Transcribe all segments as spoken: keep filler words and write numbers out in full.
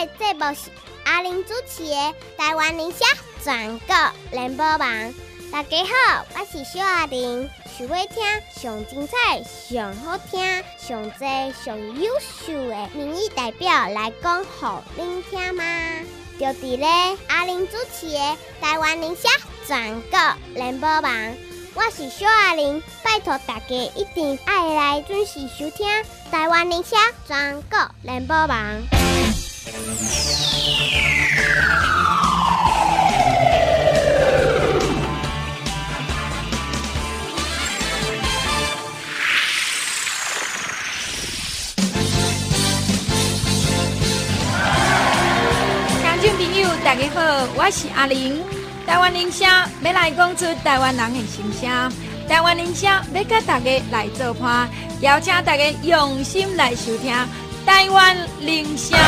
节目是阿玲主持的台湾宁夏全国联播网。大家好，我是小阿玲。想要听上精彩、上好听、上多、上优秀的民意代表来讲给您听吗？就伫咧阿玲主持的台湾宁夏全国联播网。我是小阿玲，拜托大家一定要来准时收听台湾宁夏全国联播网。 听众朋友，大家好，我是阿玲。台湾宁夏要来讲出台湾人的心声，台湾宁夏要甲大家来做伴，邀请大家用心来收听台湾宁夏。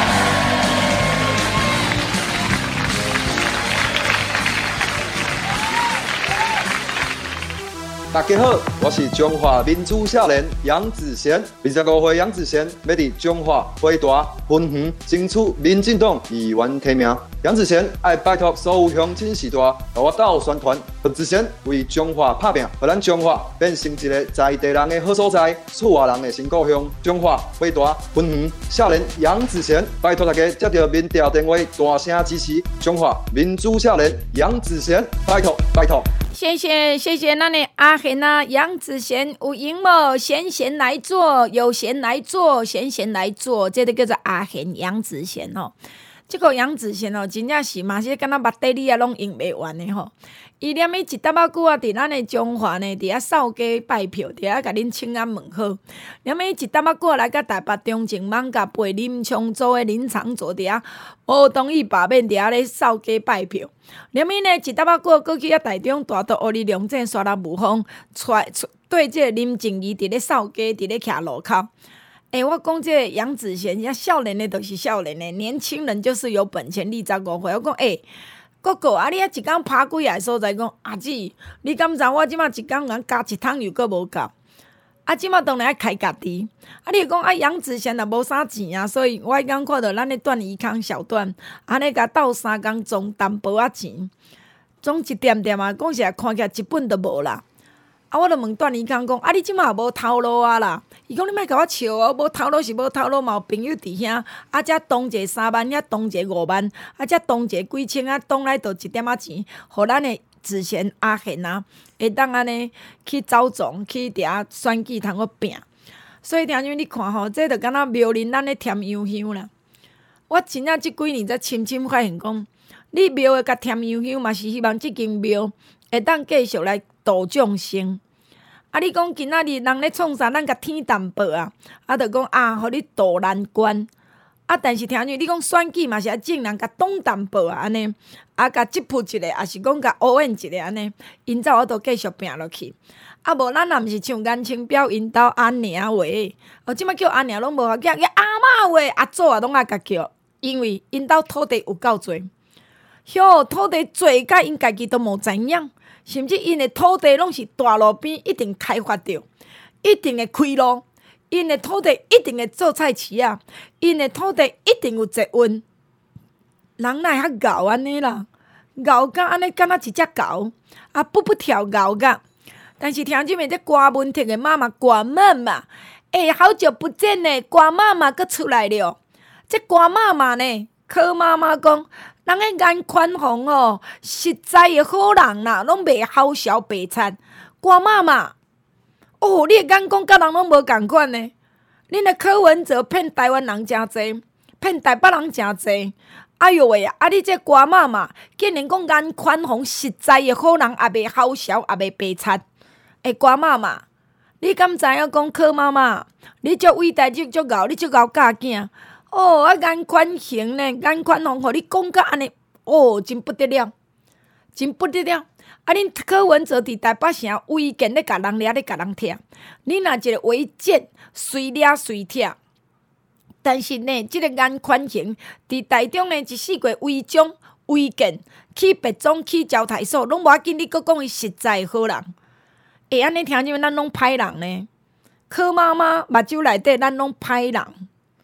大家好，我是中华民主少年杨子贤。二十五岁杨子贤要伫中华回大分园争取民进党议员提名。杨子贤爱拜托所有乡亲时代，和我斗宣传。杨子贤为中华打拼，让咱中华变成一个在地人的好所在，厝外人的新故乡。中华回大分园少年杨子贤，拜托大家接到民调电话，大声支持中华民主少年杨子贤，拜托拜托。 谢谢谢谢，咱的阿贤啊，杨子贤有闲无？闲闲来做，有闲来做，闲闲来做，这个叫做阿贤杨子贤哦。这个杨子贤哦，真正是嘛是敢若目底里啊拢用袂完的吼。伊念伊一搭仔久啊，伫咱的中华呢，伫遐扫街拜票，伫遐甲恁请安问好。念伊一搭仔久来甲台北中正艋甲陪林昌祖的林长佐伫遐无同意罢免，伫遐咧扫街拜票。念伊呢一搭仔久，过去遐台中大都黑日龙井刷来无风，出对这个林静怡伫咧扫街，伫咧徛路口。欸，我讲这个杨子贤，遐少年的都是少年的，年轻人就是有本钱。二十五岁，我讲欸，哥哥啊，你遐一工拍几个所在？讲阿姊，你敢知我即马一工人加一桶油阁无够？啊，即马当然爱开家己。啊，你讲啊，杨子贤也无啥钱啊，所以我迄工看到咱咧段宜康小段，安尼甲斗三工总淡薄仔钱，总一点点啊，讲实在看起来一本都无啦。啊，我就问段宜康讲，啊，你即马也无头路啊啦？伊讲你莫甲我笑哦，无头路是无头路嘛，有朋友伫遐，啊，遮东一个三万，遐东一个五万，啊，遮东一个几千啊，东来就一点仔钱，互咱的子贤阿贤啊，会当安尼去走总去伫遐选举通去拼。所以听像你看吼，这就敢若庙林咱咧添洋香啦。我真正即几年才深深发现讲，你庙的甲添洋香嘛是希望即间庙会当继续来度众生。啊！你讲今仔日人咧创啥？咱甲天淡薄啊！啊，着讲啊，互你渡难关。啊，但是听像你讲选举嘛是爱种人甲东淡薄啊，安尼啊，甲即扑一个，也是讲甲乌演一个安尼，因才我都继续拼落去。啊，无咱若毋是像颜清标因兜阿娘话，哦，即摆叫阿娘拢无法叫，叫阿嬷话，阿祖啊拢爱甲叫，因为因兜土地有够多，哟，土地多甲因家己都无知影。甚至因的土地拢是大路边一定开发着，一定会开路。因的土地一定会做菜市啊，因的土地一定有捷运。人哪会遐敖安尼啦？敖甲安尼敢若一只敖，啊不不跳敖甲。但是听即面这瓜文婷的妈妈瓜妈妈，哎，好久不见呢，瓜妈妈阁出来了。这瓜妈妈呢，柯妈妈讲。人个颜宽宏哦，实在的好人啦，拢袂好笑白惨。瓜妈妈，哦，你的眼光甲人拢无共款呢。恁的柯文哲骗台湾人诚济，骗台北人诚济。哎哟喂，啊你这瓜妈妈，竟然讲颜宽宏实在的好人，也袂好笑，也袂白惨。诶，瓜妈妈，你敢知影讲柯妈妈？你足伟大，足足敖，你足敖教囝。哦，啊颜宽宏呢？颜宽宏，互你讲甲安尼，哦，真不得了，真不得了！啊，恁柯文哲伫台北城违建咧，甲人掠咧，甲人拆。恁若一个违建，随掠随拆。但是呢，即、這个颜宽宏伫台中呢，一四过违章违建，去别总去交台所，拢无要紧。你佫讲伊实在好人，会安尼听见咱拢歹人呢？柯妈妈目睭内底，咱拢歹人。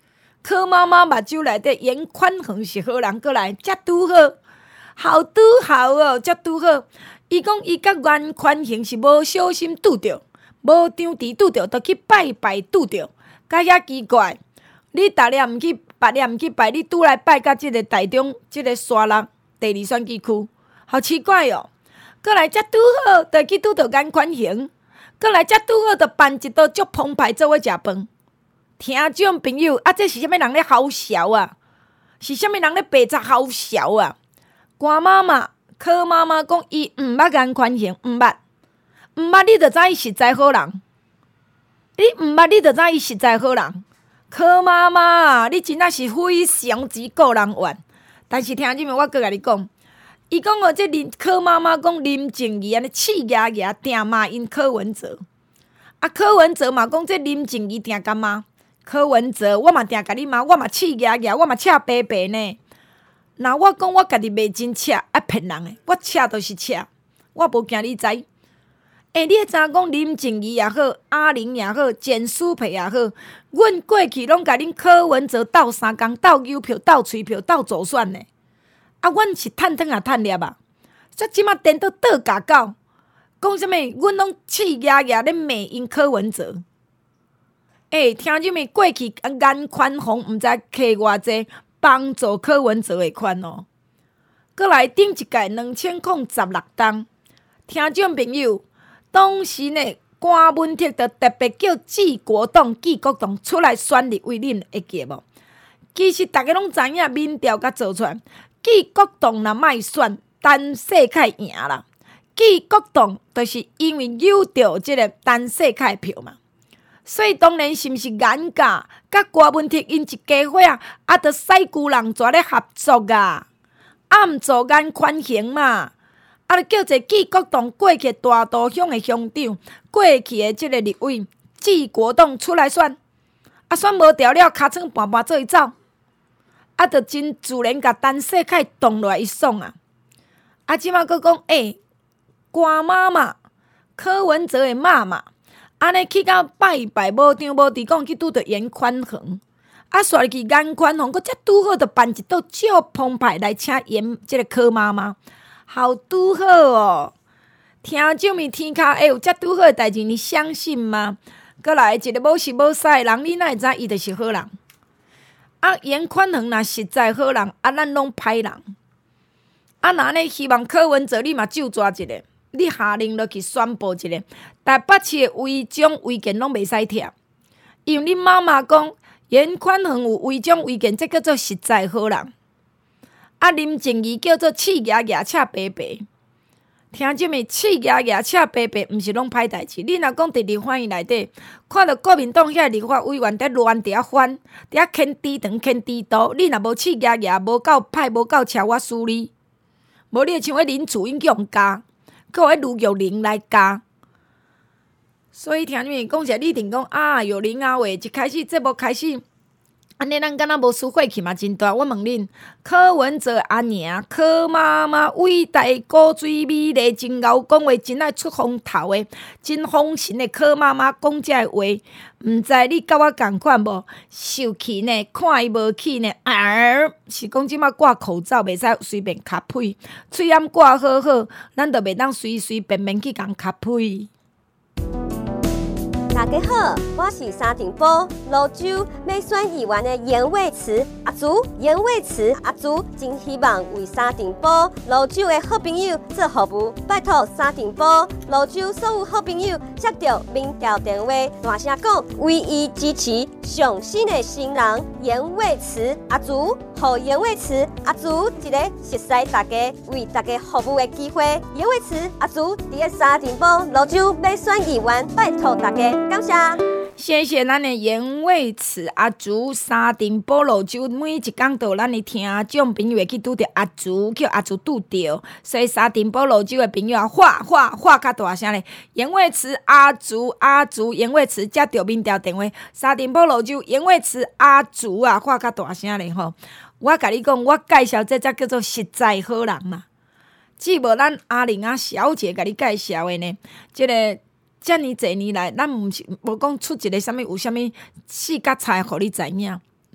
柯妈妈目睭内底严宽恒是好人，过来才拄好，好拄好哦，才拄好。伊讲伊甲袁宽恒是无小心拄着，无张持拄着，就去拜拜拄着，甲遐奇怪。你逐年毋去，别年毋去拜，你拄来拜甲即个台中即个沙鹿第二选举区，好奇怪哦。过来才拄好，就去拄着袁宽恒，过来才拄好，就办一道足澎湃做伙食饭。听众朋友，啊，这是啥物人咧好笑啊？是啥物人咧白贼好笑啊？关妈妈、柯妈妈讲伊毋捌袁宽恒，毋捌，毋捌你就知伊实在好人。你毋捌你就知伊实在好人。柯妈妈，你真正是非常之个人怨。但是听众们，我搁甲你讲。伊讲哦，这林柯妈妈讲林静怡安尼气压压定骂因柯文哲，啊柯文哲嘛讲这林静怡定干骂柯文哲，我嘛定甲你骂，我嘛气压压，我嘛赤白白呢。那我讲我家己袂真赤，啊骗人诶，我赤都是赤，我无惊你知。诶、欸，你会知影讲林静怡也好，阿玲也好，简书培也好，阮过去拢甲恁柯文哲斗三工，斗邮票，斗催票，斗助选呢。啊，阮是趁汤也趁粒啊！煞即马颠倒倒架到，讲啥物？阮拢气压压咧骂因柯文哲。诶、欸，听入面过去颜宽宏毋知摕偌济帮助柯文哲的款哦。过来顶一届两千零十六档，听众朋友，当时呢，关文铁就特别叫纪国栋、纪国栋出来选立委，恁会记无？其实大家拢知影，民调甲做出来。纪国栋若莫选，陈世凯赢啦。纪国栋就是因为有着即个陈世凯票嘛，所以当然是毋是颜家甲郭文铁因一家伙啊，啊，着西旧人怎咧合作啊？暗做颜宽恒嘛，啊，着叫一纪国栋过去大稻乡的乡长，过去的即个立委纪国栋出来选，啊，选无掉了，尻川盘盘做伊走。啊，就真自然甲陈世凯动落来一爽啊！啊，即马佫讲，诶、欸，关妈妈、柯文哲的妈妈，安尼去到拜拜，无张无伫讲去拄着严宽恒，啊，煞入去严宽恒，佫才拄好，就办一道足澎湃来请严即个柯妈妈，好拄好哦！听众们天骹会有遮拄好的代志，你相信吗？佫来一个无时无使的人，你哪会知伊就是好人？啊，严宽恒若实在好人，啊，咱拢歹人。啊，若呢，希望柯文哲你嘛就抓一个，你下令落去宣布一个，台北市的违章违建拢袂使拆，因为恁妈妈讲严宽恒有违章违建，这叫做实在好人。啊，林静怡叫做气牙牙赤白白。听即么气牙牙赤白白，毋是拢歹代志。你若讲伫立法院内底，看到国民党遐立法委员伫乱伫遐翻，伫遐牵猪肠、牵猪刀，你若无气牙牙，无够歹，无够车，我输你。无你会像迄林楚英用加，佮迄卢玉玲来加。所以听你讲者，你定讲啊，有林啊话，一开始节目开始。安尼咱敢若无输火气嘛，真大。我问恁，柯文哲阿娘、柯妈妈伟大、古水美丽、真敖讲话，真爱出风头的、真风神的柯妈妈讲遮个话，毋知你甲我共款无？受气呢？看伊无起呢？啊！是讲即马挂口罩袂使随便卡屁，喙暗挂好好，咱就袂当随随便便去共卡屁。 大家好，我是沙尘堡泸州要选议员的严伟慈阿竹，严伟慈阿竹真希望为沙尘堡泸州的好朋友做服务，拜托沙尘堡泸州所有好朋友接到民调电话，大声讲唯一支持上新的新人严伟慈阿竹，予严伟慈阿竹一个熟悉大家、为大家服务的机会。严伟慈阿竹伫个沙尘堡泸州要选议员，拜托大家。感谢， 谢谢咱的严伟慈阿竹，沙尘堡泸州每一天都有咱的听众朋友会去拄着阿竹，叫阿竹拄着，所以沙尘堡泸州的朋友啊，喊喊喊较大声咧！严伟慈阿竹阿竹，严伟慈接到民调电话，沙尘堡泸州严伟慈阿竹啊，喊较大声咧吼！我甲你讲，我介绍这才叫做实在好人嘛，只无咱阿玲啊小姐甲你介绍的呢，即、這个。遮尔侪年来，咱毋是无讲出一个啥物有啥物四角菜，互你知影。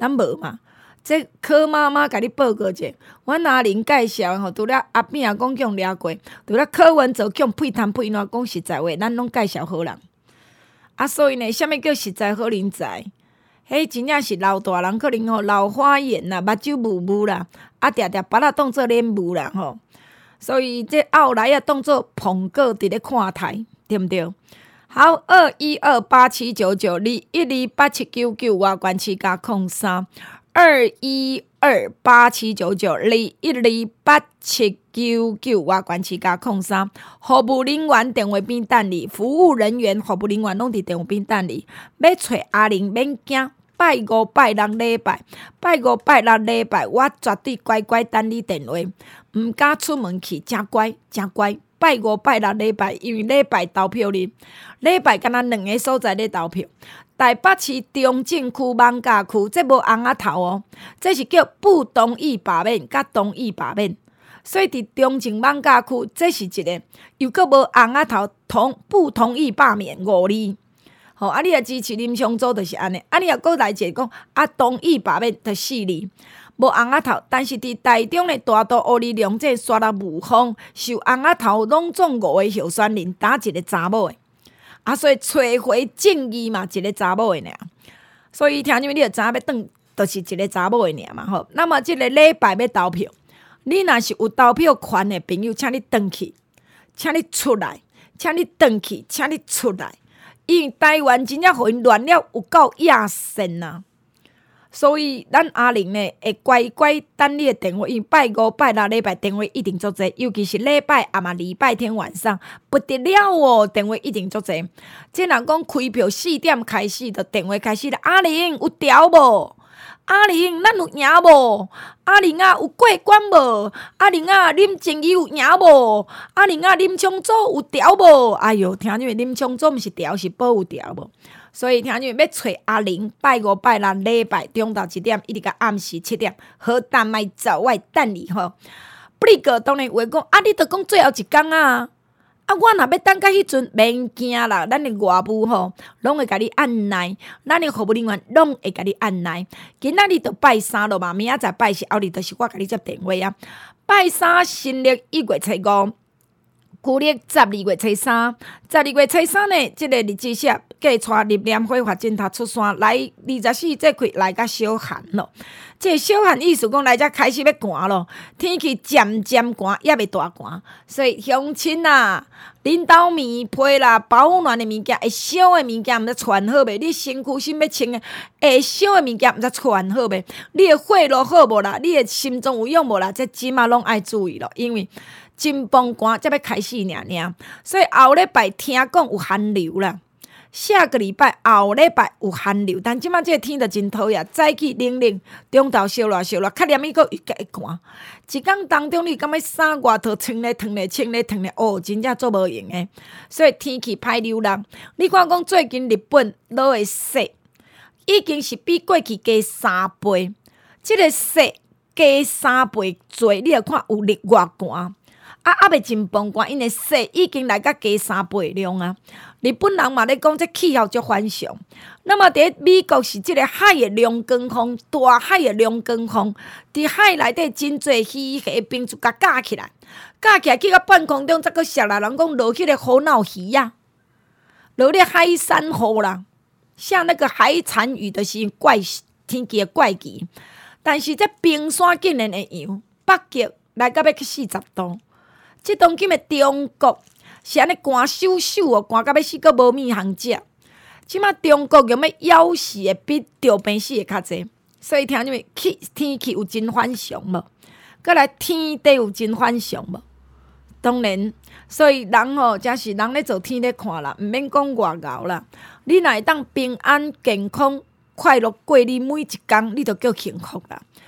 咱无嘛。这柯妈妈甲你报告者，阮阿玲介绍吼，除了阿扁讲姜掠过，除了柯文哲姜配汤配烂，讲实在话，咱拢介绍好人。啊，所以呢，啥物叫实在好人才？迄真正是老大人，可能吼老花眼啦，目睭雾雾啦，啊，定定把它当做脸雾啦吼。所以这后来啊，当做捧果伫咧看台，对毋对？好，二一二八七九九，二一二八七九九，外关市加空三。二一二八七九九，二一二八七九九，外关市加空三。服务人员电话边等你，服务人员服务人员拢伫电话边等你。要找阿玲免惊，拜五拜六礼拜，拜五拜六礼拜，我绝对乖乖等你电话，毋敢出门去，真乖真乖。拜五拜六礼拜，因为礼拜投票日，礼拜敢若两个所在咧投票。台北市中正区艋舺区，这无红仔头哦，这是叫不同意罢免，甲同意罢免。所以伫中正艋舺区，这是一个又搁无红仔头同不同意罢免五字。吼、哦，啊，你若支持林昌祖，就是安尼。啊，你若搁来一个讲啊，同意罢免就四字，无红仔头。但是伫台中的大都乌里良这刷了无风，受红仔头拢总五个候选人打一个查某的。啊，所以找回正义嘛，一个查某的尔。所以听你们，你就知影要转，就是一个查某的尔嘛吼。那么即个礼拜要投票，你若是有投票权的朋友，请你转去，请你出来，请你转去，请你出来。因为台湾真正互因乱了，有够野神呐。所以咱阿玲呢，会乖乖等你的电话，因为拜五、拜六礼拜电话一定足侪，尤其是礼拜啊嘛，礼拜天晚上不得了哦，电话一定足侪。即若讲开票四点开始，就电话开始了。阿玲有调无？阿玲，咱有赢无？阿玲啊，有过关无？阿玲啊，林正义有赢无？阿玲啊，林昌祖有调无？哎哟，听你林昌祖毋是调，是保有调无？所以听你要找阿玲，拜五拜六礼拜中昼一点，一直到暗时七点，好等卖走，我会等你吼。不哩个当然话讲，啊，你著讲最后一工啊，啊，我若要等到迄阵，免惊啦，咱的外务吼，拢会甲你按捺，咱的服务人员拢会甲你按捺。今仔日著拜三咯嘛，明仔载拜四，后日著是我甲你接电话啊。拜三新历一月初五。旧历十二月初三，十二月初三呢，即、这个日子写，计带入念火法阵塔出山来二十四节气来甲小寒咯。即小寒意思讲来遮开始要寒咯，天气渐渐寒，也未大寒，所以乡亲啊，恁兜棉被啦、保暖的物件、会烧的物件，毋知穿好未？你身躯心要穿的会烧的物件，毋知穿好未？你的血路好无啦？你的心脏有用无啦？这即马拢爱注意咯，因为真崩寒才要开始尔尔，所以后礼拜听讲有寒流啦。下个礼拜后礼拜有寒流，但即马这个天就真讨厌，早起冷冷，中昼烧热烧热，较黏伊个越加越寒。一工当中你感觉衫外套穿咧脱咧穿咧脱咧，哦，真正做无用诶。所以天气歹流人，你看讲最近日本落诶雪，已经是比过去加三倍。即、這個雪加三倍多，你著看有日偌寒。啊，还袂真崩寒，因为雪已经来到加三倍量啊！日本人嘛咧讲，这气候足反常。那么伫美国是即个海的龙卷风，大海的龙卷风，伫海内底真侪鱼虾兵就甲架起来，架起来去到半空中，再搁下来，人讲落去个好闹鱼啊，落咧海山雨啦，像那个海产雨的是怪天气的怪奇。但是这冰山竟然会扬，北极来到要去四十度。即当今的中国是安尼寒飕飕哦，寒到要死，阁无物通食。即马中国用要枵死的比着病死的较济，所以听你们气天气有真反常无？阁来天地有真反常无？当然，所以人吼、哦，真是人咧做天咧看啦，毋免讲外熬啦。你若会当平安健康快乐过你每一工，你就叫幸福啦。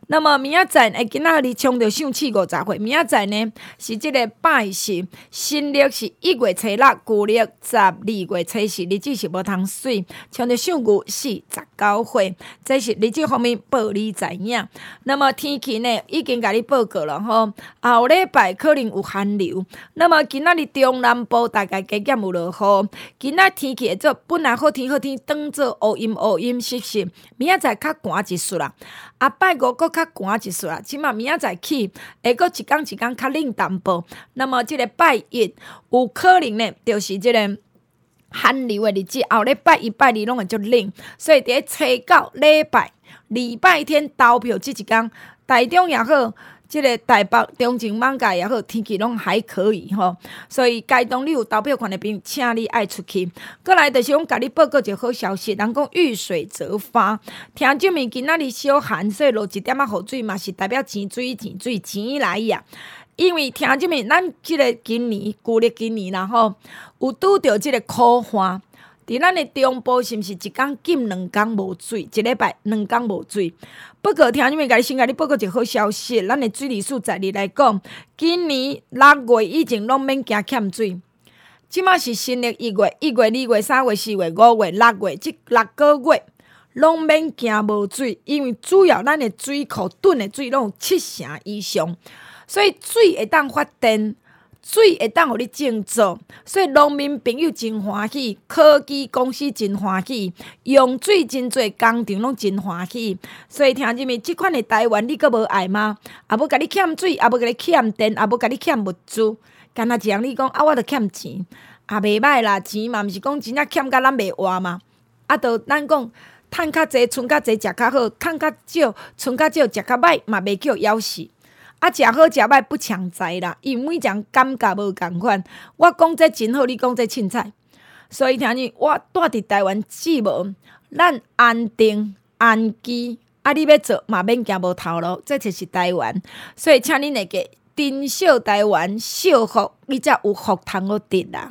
那么明仔载呢，今仔日冲着上市五十岁，明仔载呢是即个拜是新历是一月初六，旧历十二月初四，日子是无通水，冲着上牛是十九岁，这是日子方面报你知影。那么天气呢，已经甲你报告了吼，后礼拜可能有寒流。那么今仔日中南部大概加减有落雨，今仔天气会做本来好天好天，转做乌阴乌阴湿湿，明仔载较寒一丝啦。啊，拜五搁较寒一丝啦，即马明仔载起会搁一天一天较冷淡薄。那么即个拜一有可能呢，就是即个寒流的日子，后礼拜一拜二拢会足冷，所以伫初九礼拜礼拜天投票即一天，台中也好。即个台北、中正、艋舺也好，天气拢还可以吼，所以该当你有投票权的朋友，请你爱出去。过来就是讲，甲你报告一个好消息，人讲遇水则发，听证明今仔日小寒，所以落一点仔雨水嘛，是代表钱水、钱水、钱来呀。因为听证明咱即个今年旧历今年啦吼，有拄着即个苦旱。伫咱的中部是毋是一工禁两工无水，一礼拜两工无水？不过听你们甲你先甲你报告一个好消息，咱的水利署在日来讲，今年六月以前拢免惊欠水。即马是新历一月、一月、二月、三月、四月、五月、六月，即六个月拢免惊无水，因为主要咱的水库囤的水拢有七成以上，所以水会当发电。水会当互你种作，所以农民朋友真欢喜，科技公司真欢喜，用水真侪工厂拢真欢喜。所以听入面，即款的台湾你阁无爱吗？也无甲你欠水，也无甲你欠电，也无甲你欠物资，干那一样你讲啊，我著欠钱，也袂歹啦。钱嘛，毋是讲真正欠甲咱袂活嘛。啊，著咱讲趁较济，存较济，食较好；趁较少，存较少，食较歹，嘛袂叫枵死。啊，食好食歹不强在啦，因为每种感觉无共款。我讲这真好，你讲这凊彩，所以听你我住伫台湾寂寞，咱安定安居，啊，你要做嘛免惊无头路，这就是台湾。所以请恁会记珍惜台湾，惜福，你才有福通好得啦。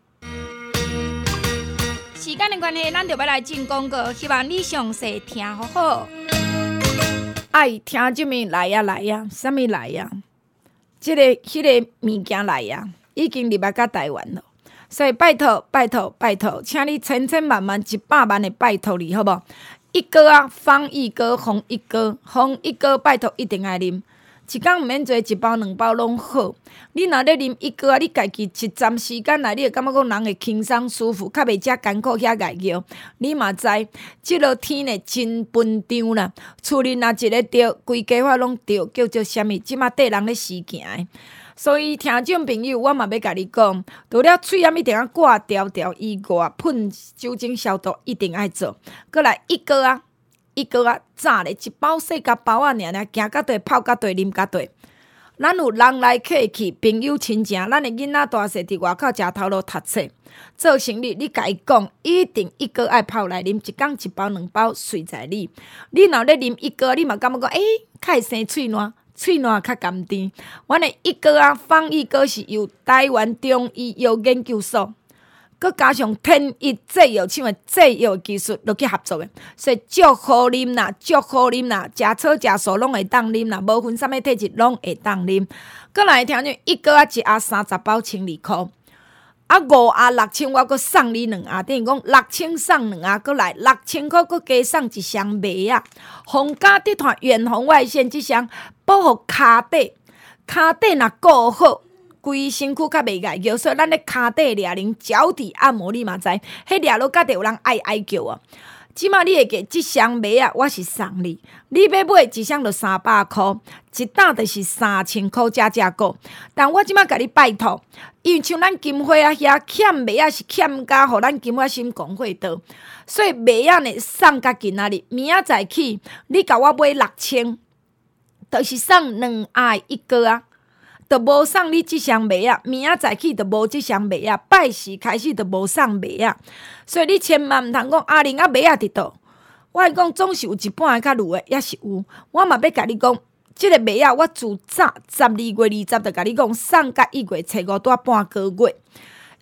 时间的关系，咱就要来进广告，希望你详细听好好。爱听即物来呀来呀，啥物来呀？即、這个、迄、那个物件来呀，已经入来到台湾了。所以拜托、拜托、拜托，请你千千万万、一百万的拜托你，好无？一哥啊，方一哥、红一哥、红一哥，拜托一定爱啉。一工毋免做一包两包拢好。你若咧啉一哥啊，你家己一站时间内，你会感觉讲人会轻松舒服，较袂遮艰苦遐碍叫。你嘛知，即落天呢真分张啦，厝里若一个着，规家伙拢着，叫做啥物？即马缀人咧死行的。所以听众朋友，我嘛要甲你讲，除了喙炎一定要挂条条以外，喷酒精消毒一定爱做。过来一哥啊！一个啊，早咧一包细甲包啊，尔尔行到地泡到地啉到地。咱有人来客去，朋友亲情，咱的囡仔大细伫外口食头路读册，做生意，你甲伊讲，一定一个爱泡来啉，一工一包两包随在你。你若咧啉一个，你嘛感觉讲，诶、欸，较会生喙烂，喙烂较甘甜。阮的一个啊，方一哥是由台湾中医药研究所。佮加上天一制药厂的制药技术落去合作的，所以足好啉啦，足好啉啦，食草食素拢会当啉啦，无分啥物体质拢会当啉。佮来听见一个啊一盒三十包千二箍，啊五盒六千，我佮送你两盒，等于讲六千送两盒，佮来六千箍，佮加送一箱麦啊，皇家集团远红外线即箱保护骹底，骹底若顾好。规身躯较袂碍叫，所以咱咧骹底掠零脚底按摩，你嘛知，迄掠落甲底有人爱爱叫啊！即马你会记即箱麦啊，我是送你，你要买一箱就三百箍，一担就是三千箍，加加个。但我即马甲你拜托，因为像咱金花啊遐欠麦啊是欠甲，互咱金花心公会倒，所以麦啊呢送甲今仔日，明仔载起，你甲我买六千，就是送两盒一个啊。就无送你即箱麦啊，明仔载起就无即箱麦啊，拜四开始就无送麦啊，所以你千万毋通讲阿玲啊麦啊伫倒，我会讲总是有一半较落的，也是有。我嘛要甲你讲，即、這个麦啊，我自早十二月二十就甲你讲送到一月初五，拄半个月。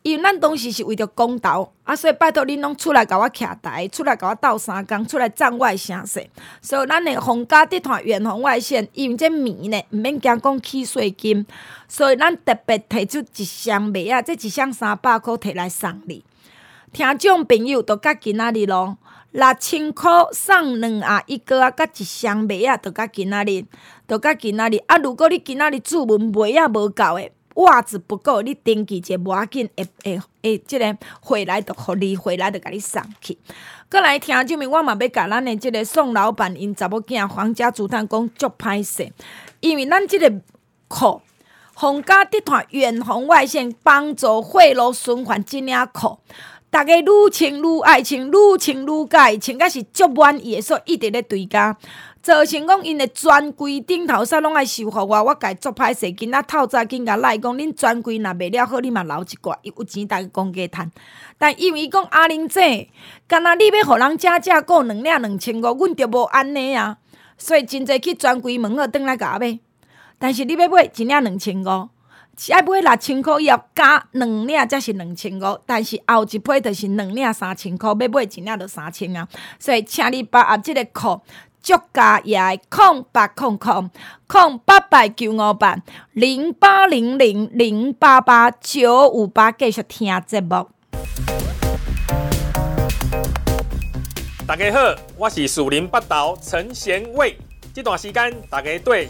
因为咱当时是为着公道啊，所以拜托恁拢出来甲我徛台，出来甲我斗三工，出来赞我的声势。所以咱的皇家集团远红外线，因为这棉呢，毋免惊讲起税金，所以咱特别提出一箱麦啊，这一箱三百块摕来送你。听众朋友都甲今仔日咯，六千块送两盒一个啊，甲一箱麦啊，都甲今仔日，都甲今仔日啊。如果你今仔日注文麦啊无够的，袜子不够，你登记者无要紧，会会会，即个回来就互你，回来就甲你送去。过来听众们，我嘛要甲咱的即个宋老板因查某囝皇家竹炭讲足歹势，因为咱即个裤，皇家集团远红外线帮助血路循环真领裤。大家愈穿愈爱穿，愈穿愈介，穿甲是足满意的，所以一直咧追加，造成讲因的专柜顶头啥拢爱收互我，我家足歹势，今仔透早紧甲赖讲，恁专柜若卖了好，你嘛留一寡，有钱大家讲价趁。但因为伊讲阿玲姐，干那你要互人加价购两领两千五，阮着无安尼啊，所以真侪去专柜门口转来甲我买，但是你要买一领两千五。是爱买六千块，伊要加两领才是两千五，但是后一批就是两领三千块，要买一领就三千啊。所以请你把握即个裤足加也的空八空空空八八九五八零八零零零八八九五八，继续听节目。 大家好，我是树林北投陈贤伟。这段时间，大家对